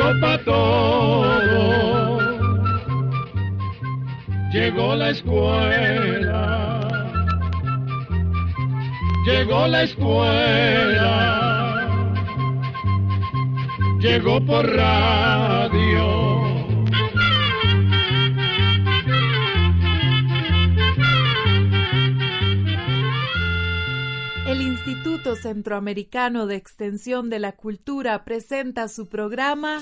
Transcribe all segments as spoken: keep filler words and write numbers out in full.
llegó pa' todo, llegó la escuela, llegó la escuela, llegó por radio. El Instituto Centroamericano de Extensión de la Cultura presenta su programa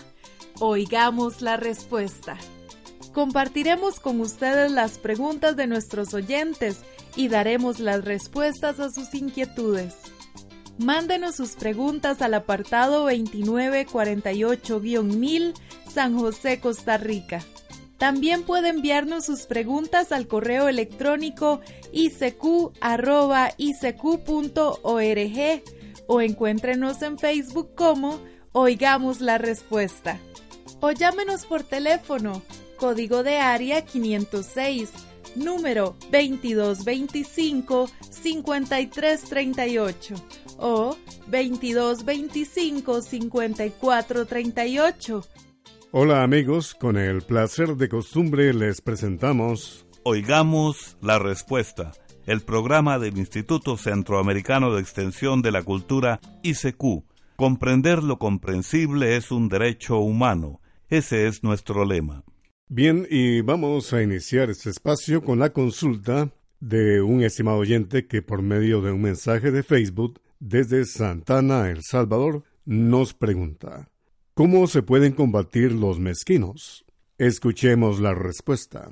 Oigamos la Respuesta. Compartiremos con ustedes las preguntas de nuestros oyentes y daremos las respuestas a sus inquietudes. Mándenos sus preguntas al apartado veintinueve cuarenta y ocho guion mil, San José, Costa Rica. También puede enviarnos sus preguntas al correo electrónico i c q arroba i c q punto org o encuéntrenos en Facebook como Oigamos la Respuesta. O llámenos por teléfono, código de área quinientos seis, número veintidós veinticinco, cincuenta y tres treinta y ocho o veintidós veinticinco, cincuenta y cuatro treinta y ocho. Hola amigos, con el placer de costumbre les presentamos Oigamos la Respuesta, el programa del Instituto Centroamericano de Extensión de la Cultura I C Q. Comprender lo comprensible es un derecho humano. Ese es nuestro lema. Bien, y vamos a iniciar este espacio con la consulta de un estimado oyente que por medio de un mensaje de Facebook desde Santana, El Salvador, nos pregunta: ¿cómo se pueden combatir los mezquinos? Escuchemos la respuesta.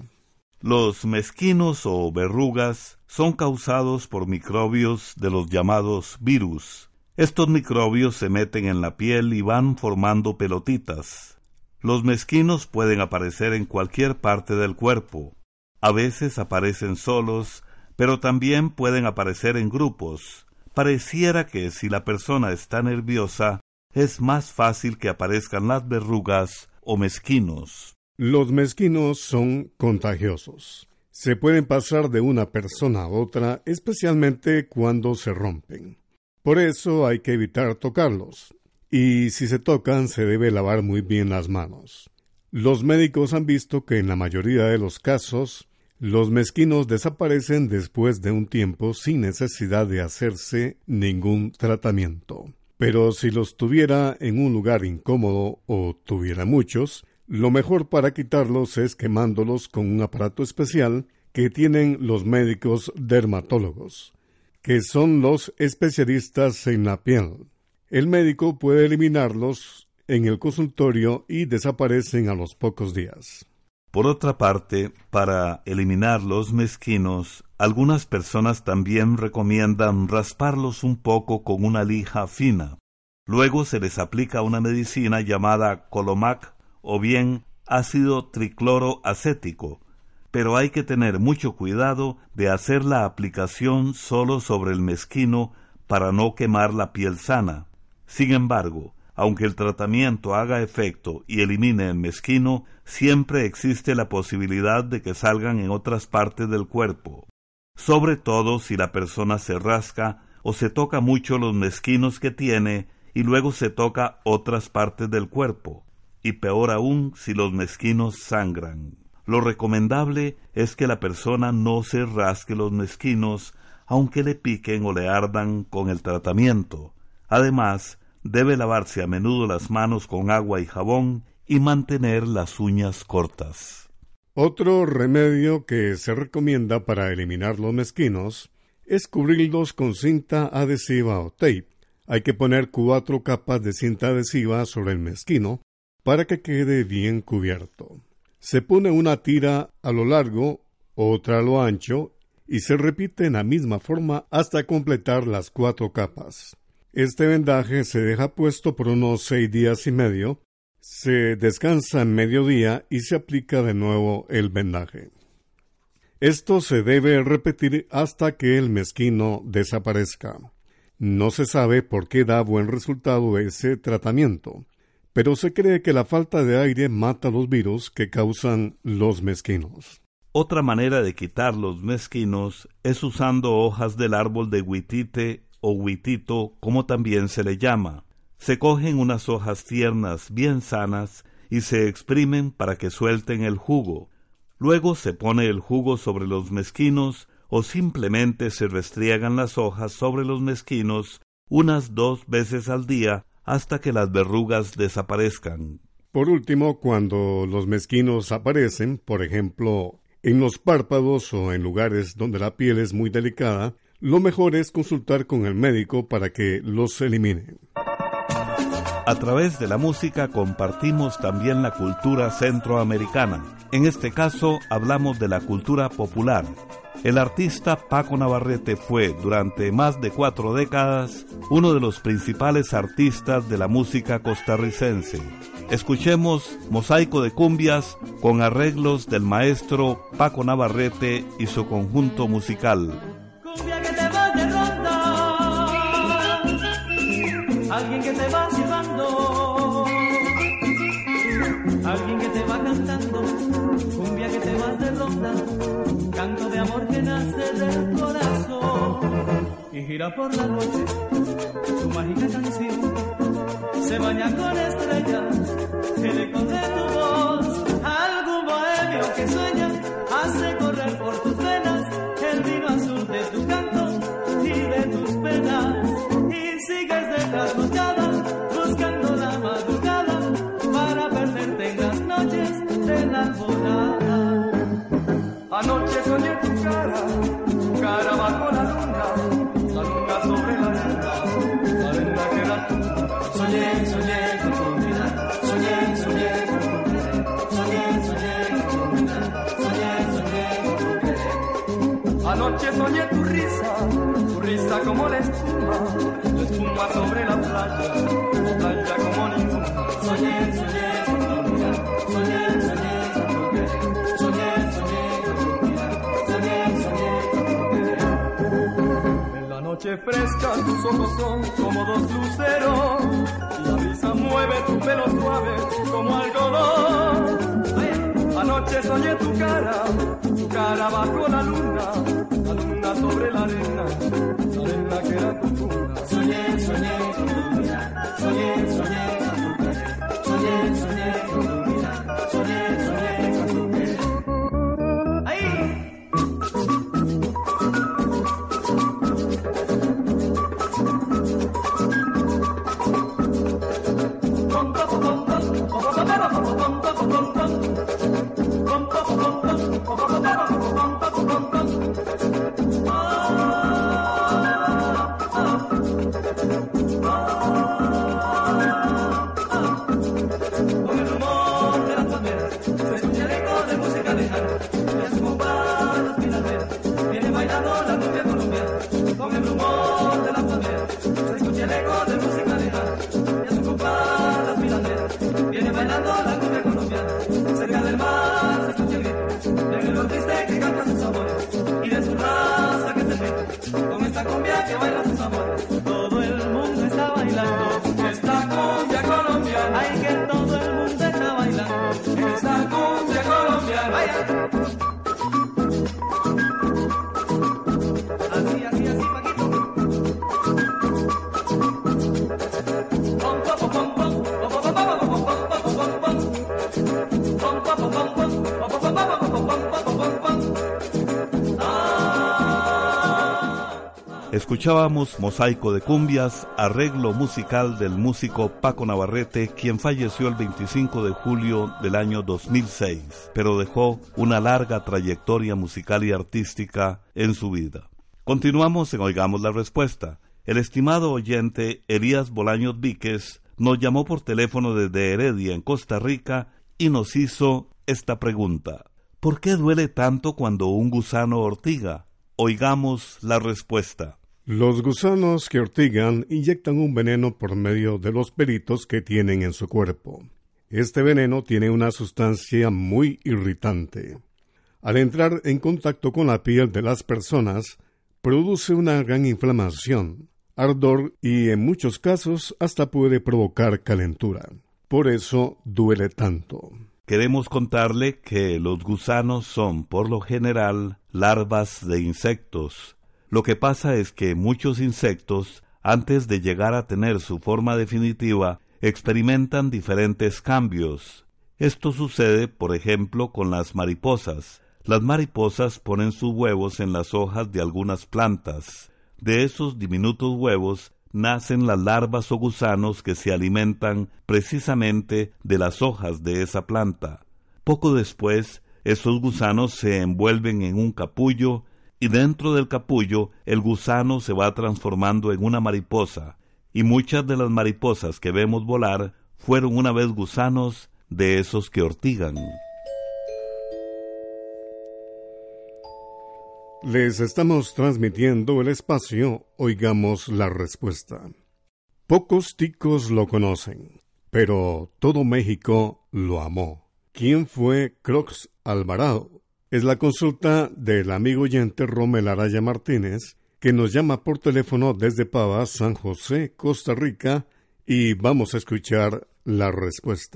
Los mezquinos o verrugas son causados por microbios de los llamados virus. Estos microbios se meten en la piel y van formando pelotitas. Los mezquinos pueden aparecer en cualquier parte del cuerpo. A veces aparecen solos, pero también pueden aparecer en grupos. Pareciera que si la persona está nerviosa, es más fácil que aparezcan las verrugas o mezquinos. Los mezquinos son contagiosos. Se pueden pasar de una persona a otra, especialmente cuando se rompen. Por eso hay que evitar tocarlos. Y si se tocan, se debe lavar muy bien las manos. Los médicos han visto que en la mayoría de los casos, los mezquinos desaparecen después de un tiempo sin necesidad de hacerse ningún tratamiento. Pero si los tuviera en un lugar incómodo o tuviera muchos, lo mejor para quitarlos es quemándolos con un aparato especial que tienen los médicos dermatólogos, que son los especialistas en la piel. El médico puede eliminarlos en el consultorio y desaparecen a los pocos días. Por otra parte, para eliminar los mezquinos, algunas personas también recomiendan rasparlos un poco con una lija fina. Luego se les aplica una medicina llamada Colomac o bien ácido tricloroacético, pero hay que tener mucho cuidado de hacer la aplicación solo sobre el mezquino para no quemar la piel sana. Sin embargo, aunque el tratamiento haga efecto y elimine el mezquino, siempre existe la posibilidad de que salgan en otras partes del cuerpo, sobre todo si la persona se rasca o se toca mucho los mezquinos que tiene y luego se toca otras partes del cuerpo, y peor aún si los mezquinos sangran. Lo recomendable es que la persona no se rasque los mezquinos, aunque le piquen o le ardan con el tratamiento. Además, debe lavarse a menudo las manos con agua y jabón y mantener las uñas cortas. Otro remedio que se recomienda para eliminar los mezquinos es cubrirlos con cinta adhesiva o tape. Hay que poner cuatro capas de cinta adhesiva sobre el mezquino para que quede bien cubierto. Se pone una tira a lo largo, otra a lo ancho, y se repite en la misma forma hasta completar las cuatro capas. Este vendaje se deja puesto por unos seis días y medio, se descansa en mediodía y se aplica de nuevo el vendaje. Esto se debe repetir hasta que el mezquino desaparezca. No se sabe por qué da buen resultado ese tratamiento, pero se cree que la falta de aire mata los virus que causan los mezquinos. Otra manera de quitar los mezquinos es usando hojas del árbol de huitite o huitito, como también se le llama. Se cogen unas hojas tiernas bien sanas y se exprimen para que suelten el jugo. Luego se pone el jugo sobre los mezquinos o simplemente se restriegan las hojas sobre los mezquinos unas dos veces al día hasta que las verrugas desaparezcan. Por último, cuando los mezquinos aparecen, por ejemplo, en los párpados o en lugares donde la piel es muy delicada, lo mejor es consultar con el médico para que los elimine. A través de la música compartimos también la cultura centroamericana. En este caso, hablamos de la cultura popular. El artista Paco Navarrete fue, durante más de cuatro décadas, uno de los principales artistas de la música costarricense. Escuchemos Mosaico de Cumbias con arreglos del maestro Paco Navarrete y su conjunto musical. Cumbia que te va de ronda, alguien que te va silbando, alguien que te va cantando, cumbia que te va de ronda, canto de amor que nace del corazón y gira por la noche, tu mágica canción se baña con estrellas, el eco de tu voz, algún bohemio que sueña, hace correr por tus venas el vino azul de tu canto y de tus penas, y sigues de trasnochada buscando la madrugada para perderte en las noches de la alborada. Anoche soñé tu cara, tu cara bajo la luna, la luna sobre la arena, la arena que era tú. Soñé, soñé con tu vida, soñé, soñé con tu querer, soñé, soñé con tu vida, soñé, soñé con tu querer. Anoche soñé tu risa, tu risa como la espuma, la espuma sobre la playa, la playa como ninguna. Soñé, soñé con tu vida, soñé, soñé con tu querer, soñé, soñé con tu vida, soñé, soñé con tu querer. En la noche fresca tus ojos son como dos luceros, y la brisa mueve tu pelo suave como algodón. Anoche soñé tu cara, tu cara bajo la luna, la luna sobre la arena, la arena que era tu cuna. Soñé, soñé con tu vida, soñé, soñé con tu querer, soñé, soñé con tu vida, soñé, soñé con tu querer. ¡Ahí! Escuchábamos Mosaico de Cumbias, arreglo musical del músico Paco Navarrete, quien falleció el veinticinco de julio del año dos mil seis, pero dejó una larga trayectoria musical y artística en su vida. Continuamos en Oigamos la Respuesta. El estimado oyente Elías Bolaños Víquez nos llamó por teléfono desde Heredia, en Costa Rica, y nos hizo esta pregunta: ¿por qué duele tanto cuando un gusano ortiga? Oigamos la respuesta. Los gusanos que ortigan inyectan un veneno por medio de los pelitos que tienen en su cuerpo. Este veneno tiene una sustancia muy irritante. Al entrar en contacto con la piel de las personas, produce una gran inflamación, ardor y en muchos casos hasta puede provocar calentura. Por eso duele tanto. Queremos contarle que los gusanos son, por lo general, larvas de insectos. Lo que pasa es que muchos insectos antes de llegar a tener su forma definitiva, experimentan diferentes cambios. Esto sucede, por ejemplo, con las mariposas. Las mariposas ponen sus huevos en las hojas de algunas plantas. De esos diminutos huevos nacen las larvas o gusanos que se alimentan precisamente de las hojas de esa planta. Poco después, esos gusanos se envuelven en un capullo y dentro del capullo el gusano se va transformando en una mariposa, y muchas de las mariposas que vemos volar fueron una vez gusanos de esos que ortigan. Les estamos transmitiendo el espacio Oigamos la Respuesta. Pocos ticos lo conocen, pero todo México lo amó. ¿Quién fue Crox Alvarado? Es la consulta del amigo oyente Romel Araya Martínez, que nos llama por teléfono desde Pavas, San José, Costa Rica, y vamos a escuchar la respuesta.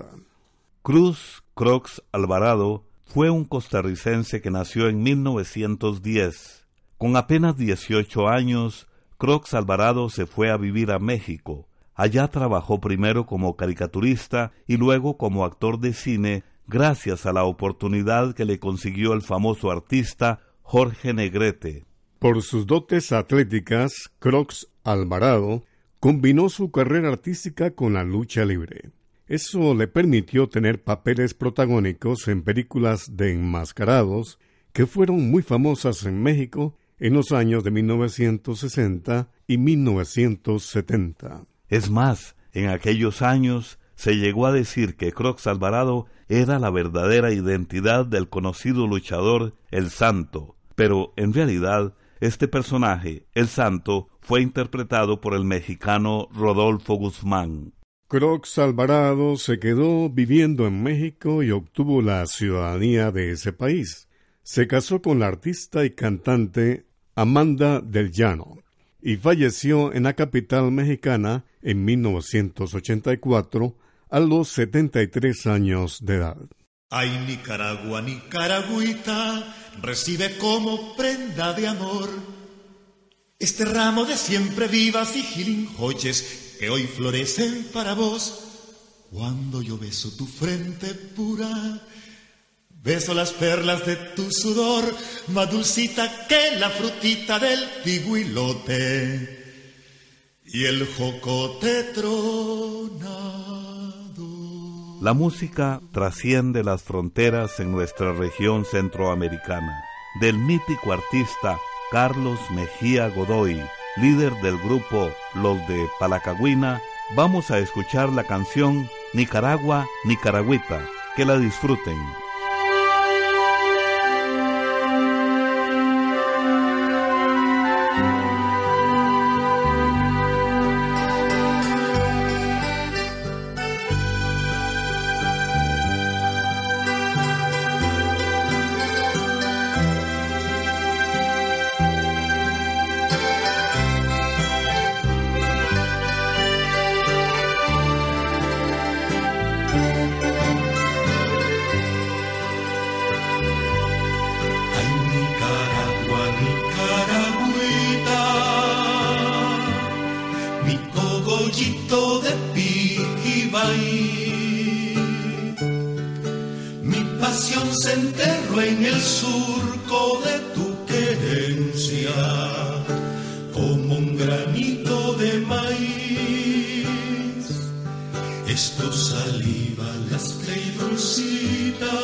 Cruz Crox Alvarado fue un costarricense que nació en mil novecientos diez. Con apenas dieciocho años, Crox Alvarado se fue a vivir a México. Allá trabajó primero como caricaturista y luego como actor de cine, gracias a la oportunidad que le consiguió el famoso artista Jorge Negrete. Por sus dotes atléticas, Crox Alvarado combinó su carrera artística con la lucha libre. Eso le permitió tener papeles protagónicos en películas de enmascarados que fueron muy famosas en México en los años de mil novecientos sesenta y mil novecientos setenta. Es más, en aquellos años se llegó a decir que Crox Alvarado era la verdadera identidad del conocido luchador El Santo, pero en realidad este personaje, El Santo, fue interpretado por el mexicano Rodolfo Guzmán. Crox Alvarado se quedó viviendo en México y obtuvo la ciudadanía de ese país. Se casó con la artista y cantante Amanda del Llano y falleció en la capital mexicana en mil novecientos ochenta y cuatro a los setenta y tres años de edad. Ay, Nicaragua, Nicaragüita, recibe como prenda de amor este ramo de siempre vivas y gilinjoches que hoy florecen para vos. Cuando yo beso tu frente pura, beso las perlas de tu sudor, más dulcita que la frutita del pigüilote y el jocote tronado. La música trasciende las fronteras en nuestra región centroamericana. Del mítico artista Carlos Mejía Godoy, líder del grupo Los de Palacagüina, vamos a escuchar la canción Nicaragua, Nicaragüita. Que la disfruten. Mi pasión se enterró en el surco de tu querencia, como un granito de maíz. Es tu saliva lastre y dulcita,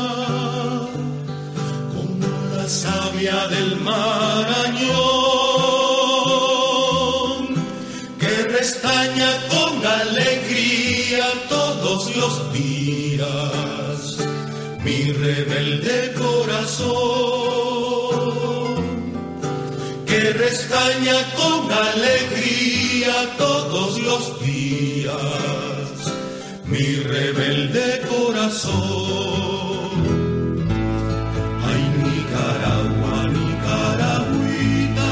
como la savia del marañón, que restaña con alegría todos los días mi rebelde corazón, que restaña con alegría todos los días mi rebelde corazón. Ay, Nicaragua, Nicaragüita,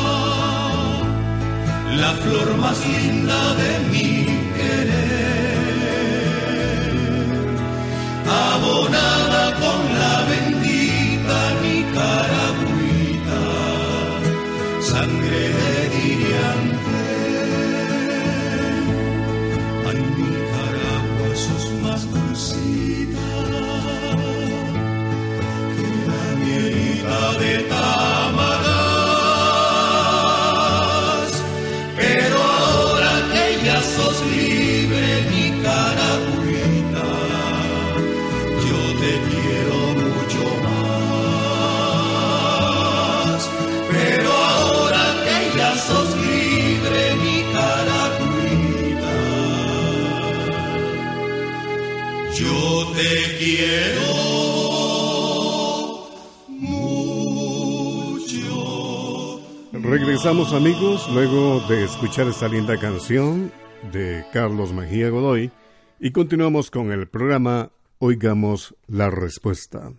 la flor más linda de mi querer, abonada con la bendita Nicaragüita, sangre de Diriante. te quiero mucho. Regresamos, amigos, luego de escuchar esta linda canción de Carlos Mejía Godoy, y continuamos con el programa Oigamos la Respuesta.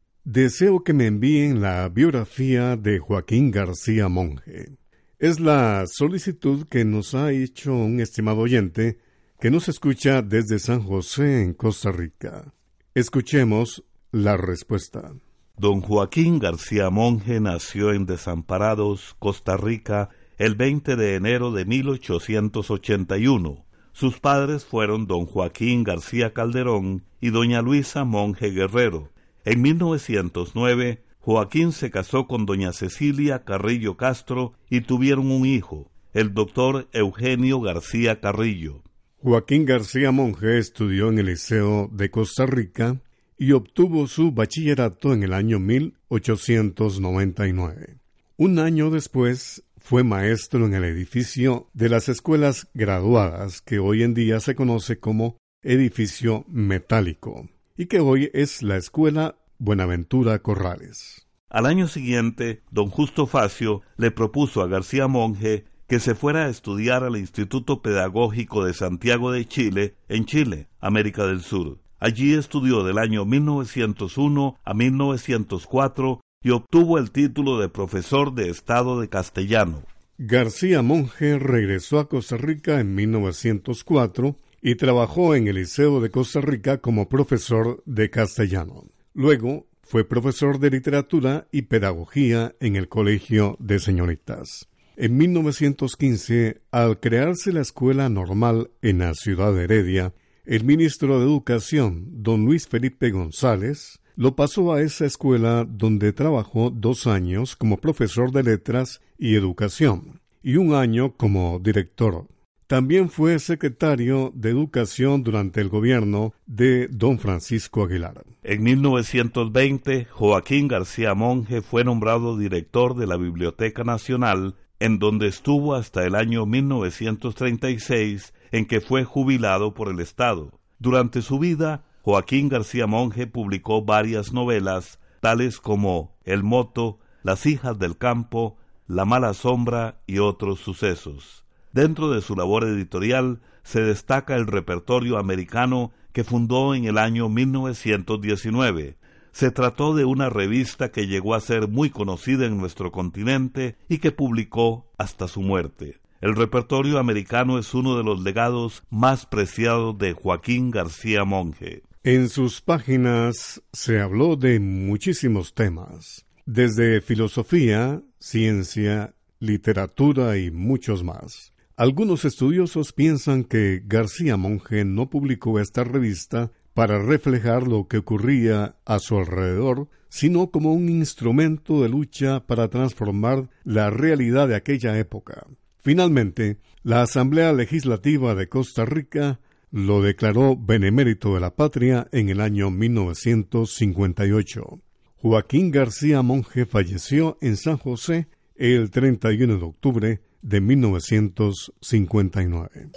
Deseo que me envíen la biografía de Joaquín García Monge. Es la solicitud que nos ha hecho un estimado oyente que nos escucha desde San José, en Costa Rica. Escuchemos la respuesta. Don Joaquín García Monge nació en Desamparados, Costa Rica, el veinte de enero de mil ochocientos ochenta y uno. Sus padres fueron don Joaquín García Calderón y doña Luisa Monge Guerrero. En mil novecientos nueve, Joaquín se casó con doña Cecilia Carrillo Castro y tuvieron un hijo, el doctor Eugenio García Carrillo. Joaquín García Monge estudió en el Liceo de Costa Rica y obtuvo su bachillerato en el año mil ochocientos noventa y nueve. Un año después fue maestro en el edificio de las escuelas graduadas, que hoy en día se conoce como edificio metálico, y que hoy es la Escuela Buenaventura Corrales. Al año siguiente, don Justo Facio le propuso a García Monge que se fuera a estudiar al Instituto Pedagógico de Santiago de Chile, en Chile, América del Sur. Allí estudió del año mil novecientos uno a mil novecientos cuatro y obtuvo el título de profesor de Estado de castellano. García Monge regresó a Costa Rica en mil novecientos cuatro y trabajó en el Liceo de Costa Rica como profesor de castellano. Luego fue profesor de literatura y pedagogía en el Colegio de Señoritas. En mil novecientos quince, al crearse la Escuela Normal en la ciudad de Heredia, el ministro de Educación, don Luis Felipe González, lo pasó a esa escuela donde trabajó dos años como profesor de letras y educación y un año como director. También fue secretario de Educación durante el gobierno de don Francisco Aguilar. En mil novecientos veinte, Joaquín García Monge fue nombrado director de la Biblioteca Nacional, en donde estuvo hasta el año mil novecientos treinta y seis, en que fue jubilado por el Estado. Durante su vida, Joaquín García Monge publicó varias novelas, tales como El Moto, Las hijas del campo, La mala sombra y otros sucesos. Dentro de su labor editorial se destaca el repertorio americano que fundó en el año mil novecientos diecinueve. Se trató de una revista que llegó a ser muy conocida en nuestro continente y que publicó hasta su muerte. El repertorio americano es uno de los legados más preciados de Joaquín García Monge. En sus páginas se habló de muchísimos temas, desde filosofía, ciencia, literatura y muchos más. Algunos estudiosos piensan que García Monge no publicó esta revista para reflejar lo que ocurría a su alrededor, sino como un instrumento de lucha para transformar la realidad de aquella época. Finalmente, la Asamblea Legislativa de Costa Rica lo declaró benemérito de la patria en el año mil novecientos cincuenta y ocho. Joaquín García Monge falleció en San José el treinta y uno de octubre de mil novecientos cincuenta y nueve.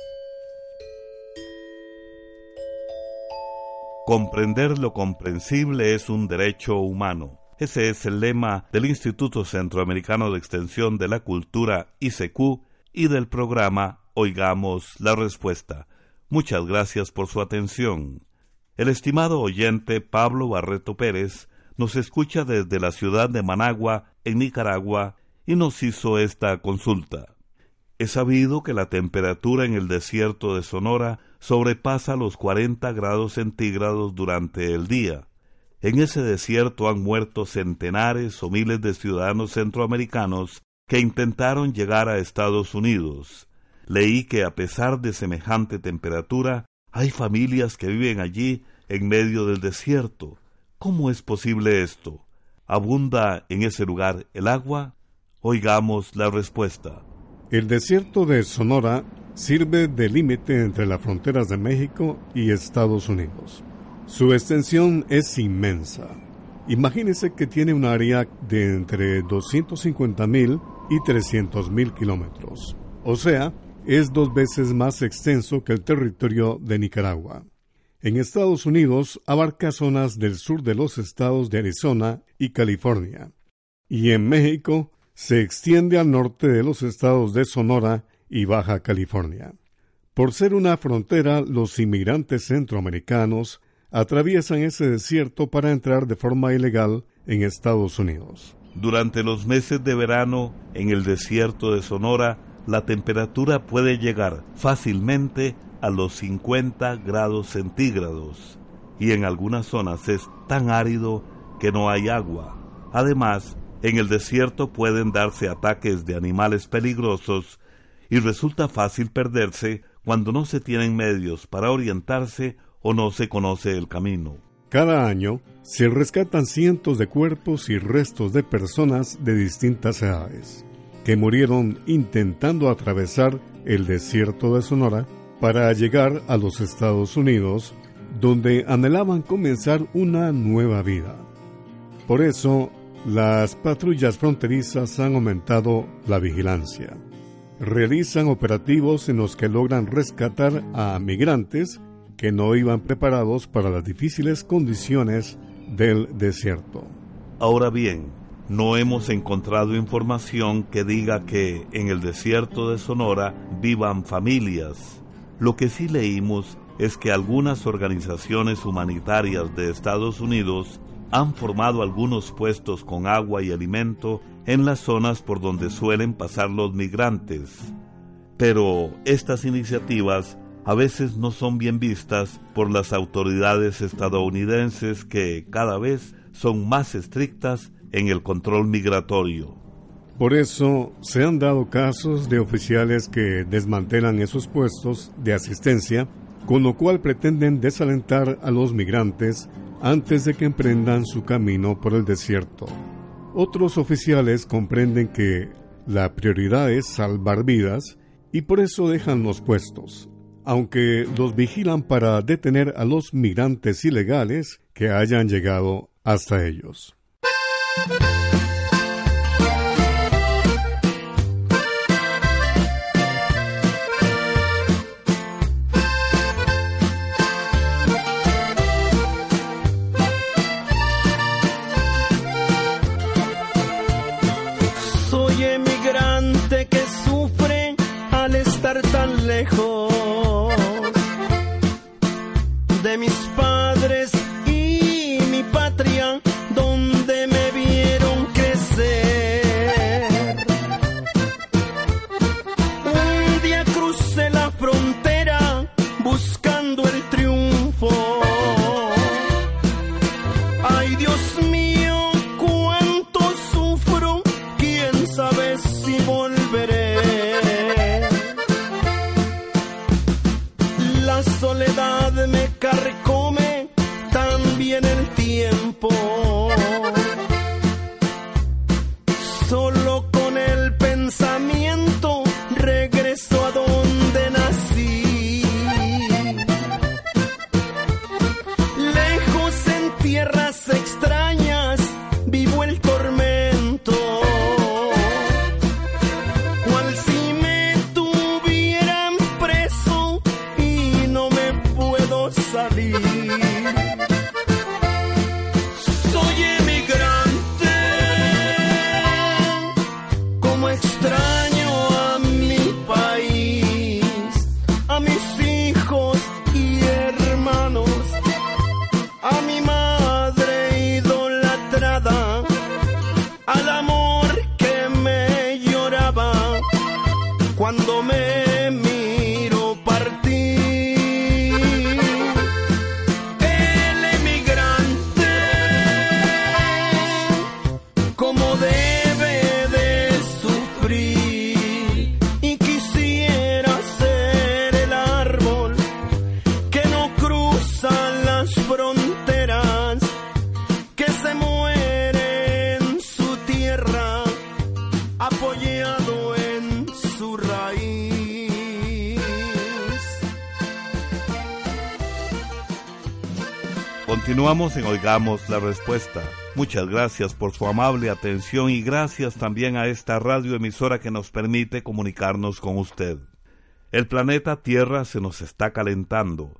Comprender lo comprensible es un derecho humano. Ese es el lema del Instituto Centroamericano de Extensión de la Cultura, I C Q, y del programa Oigamos la Respuesta. Muchas gracias por su atención. El estimado oyente Pablo Barreto Pérez nos escucha desde la ciudad de Managua, en Nicaragua, y nos hizo esta consulta. Es sabido que la temperatura en el desierto de Sonora sobrepasa los cuarenta grados centígrados durante el día. En ese desierto han muerto centenares o miles de ciudadanos centroamericanos que intentaron llegar a Estados Unidos. Leí que a pesar de semejante temperatura, hay familias que viven allí en medio del desierto. ¿Cómo es posible esto? ¿Abunda en ese lugar el agua? Oigamos la respuesta. El desierto de Sonora sirve de límite entre las fronteras de México y Estados Unidos. Su extensión es inmensa. Imagínese que tiene un área de entre doscientos cincuenta mil y trescientos mil kilómetros. O sea, es dos veces más extenso que el territorio de Nicaragua. En Estados Unidos abarca zonas del sur de los estados de Arizona y California. Y en México se extiende al norte de los estados de Sonora y Baja California. Por ser una frontera, los inmigrantes centroamericanos atraviesan ese desierto para entrar de forma ilegal en Estados Unidos. Durante los meses de verano, en el desierto de Sonora, la temperatura puede llegar fácilmente a los cincuenta grados centígrados, y en algunas zonas es tan árido que no hay agua. Además, en el desierto pueden darse ataques de animales peligrosos y resulta fácil perderse cuando no se tienen medios para orientarse o no se conoce el camino. Cada año se rescatan cientos de cuerpos y restos de personas de distintas edades que murieron intentando atravesar el desierto de Sonora para llegar a los Estados Unidos, donde anhelaban comenzar una nueva vida. Por eso, las patrullas fronterizas han aumentado la vigilancia. Realizan operativos en los que logran rescatar a migrantes que no iban preparados para las difíciles condiciones del desierto. Ahora bien, no hemos encontrado información que diga que en el desierto de Sonora vivan familias. Lo que sí leímos es que algunas organizaciones humanitarias de Estados Unidos han formado algunos puestos con agua y alimento en las zonas por donde suelen pasar los migrantes. Pero estas iniciativas a veces no son bien vistas por las autoridades estadounidenses, que cada vez son más estrictas en el control migratorio. Por eso se han dado casos de oficiales que desmantelan esos puestos de asistencia, con lo cual pretenden desalentar a los migrantes antes de que emprendan su camino por el desierto. Otros oficiales comprenden que la prioridad es salvar vidas y por eso dejan los puestos, aunque los vigilan para detener a los migrantes ilegales que hayan llegado hasta ellos. Soy emigrante que sufre al estar tan lejos de mis padres y mi patria, donde me vieron crecer. Un día crucé la frontera buscando el triunfo. Ay, Dios mío, cuánto sufro, quién sabe si volveré. La soledad me carcome, también el tiempo. Solo con el pensamiento regreso a donde nací. Lejos en tierras extrañas vivo el tormento. Cual si me tuvieran preso y no me puedo salir. Soy emigrante, como extraño a mi país, a mis hijos y hermanos, a mi madre idolatrada, al amor que me lloraba cuando me miro partir. El emigrante, como debe de sufrir, y quisiera ser el árbol que no cruza las fronteras, que se muere en su tierra, apoyado en su raíz. Continuamos en Oigamos la Respuesta. Muchas gracias por su amable atención y gracias también a esta radioemisora que nos permite comunicarnos con usted. El planeta Tierra se nos está calentando.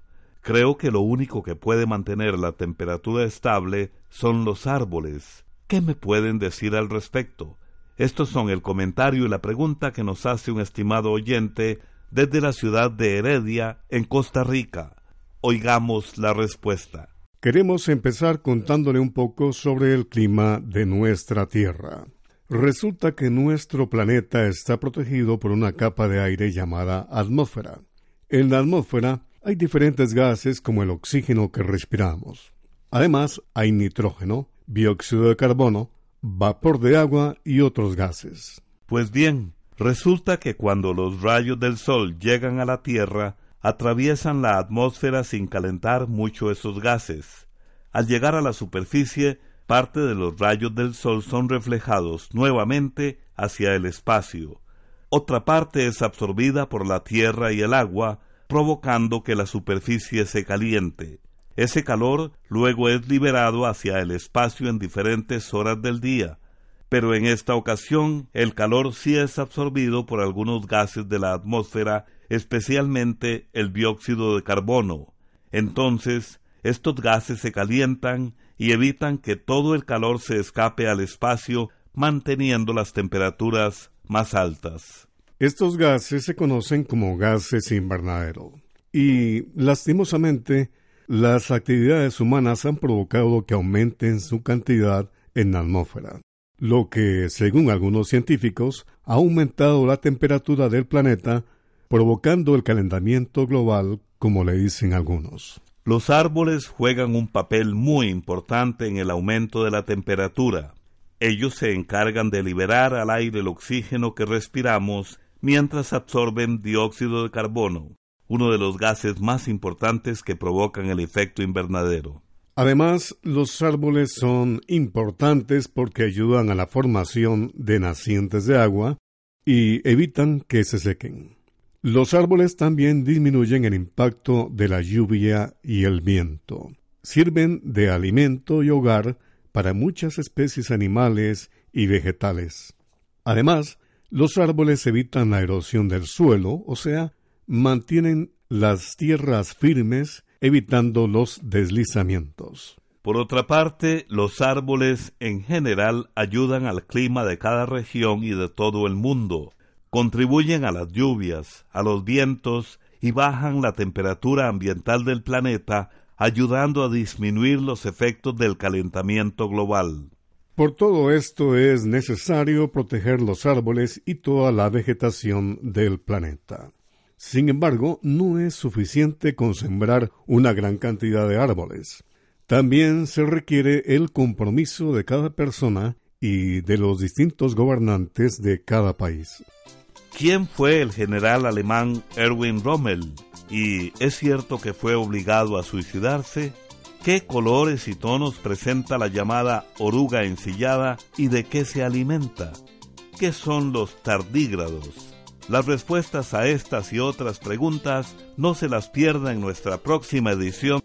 Creo que lo único que puede mantener la temperatura estable son los árboles. ¿Qué me pueden decir al respecto? Estos son el comentario y la pregunta que nos hace un estimado oyente desde la ciudad de Heredia, en Costa Rica. Oigamos la respuesta. Queremos empezar contándole un poco sobre el clima de nuestra Tierra. Resulta que nuestro planeta está protegido por una capa de aire llamada atmósfera. En la atmósfera hay diferentes gases como el oxígeno que respiramos. Además, hay nitrógeno, dióxido de carbono, vapor de agua y otros gases. Pues bien, resulta que cuando los rayos del sol llegan a la Tierra, atraviesan la atmósfera sin calentar mucho esos gases. Al llegar a la superficie, parte de los rayos del sol son reflejados nuevamente hacia el espacio. Otra parte es absorbida por la tierra y el agua, provocando que la superficie se caliente. Ese calor luego es liberado hacia el espacio en diferentes horas del día, pero en esta ocasión el calor sí es absorbido por algunos gases de la atmósfera, especialmente el dióxido de carbono. Entonces, estos gases se calientan y evitan que todo el calor se escape al espacio, manteniendo las temperaturas más altas. Estos gases se conocen como gases invernadero. Y, lastimosamente, las actividades humanas han provocado que aumenten su cantidad en la atmósfera, lo que, según algunos científicos, ha aumentado la temperatura del planeta, provocando el calentamiento global, como le dicen algunos. Los árboles juegan un papel muy importante en el aumento de la temperatura. Ellos se encargan de liberar al aire el oxígeno que respiramos mientras absorben dióxido de carbono, uno de los gases más importantes que provocan el efecto invernadero. Además, los árboles son importantes porque ayudan a la formación de nacientes de agua y evitan que se sequen. Los árboles también disminuyen el impacto de la lluvia y el viento. Sirven de alimento y hogar para muchas especies animales y vegetales. Además, los árboles evitan la erosión del suelo, o sea, mantienen las tierras firmes, evitando los deslizamientos. Por otra parte, los árboles en general ayudan al clima de cada región y de todo el mundo. Contribuyen a las lluvias, a los vientos y bajan la temperatura ambiental del planeta, ayudando a disminuir los efectos del calentamiento global. Por todo esto es necesario proteger los árboles y toda la vegetación del planeta. Sin embargo, no es suficiente con sembrar una gran cantidad de árboles. También se requiere el compromiso de cada persona y de los distintos gobernantes de cada país. ¿Quién fue el general alemán Erwin Rommel? ¿Y es cierto que fue obligado a suicidarse? ¿Qué colores y tonos presenta la llamada oruga ensillada y de qué se alimenta? ¿Qué son los tardígrados? Las respuestas a estas y otras preguntas no se las pierda en nuestra próxima edición.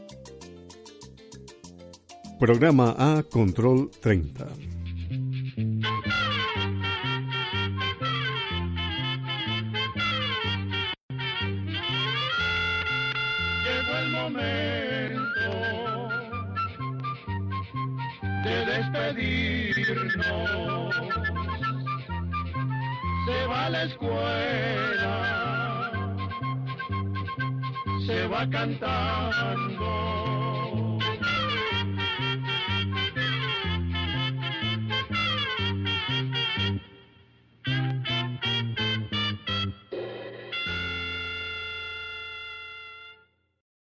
Programa A Control treinta. Llegó el momento de despedirnos. Se va a la escuela, se va cantando.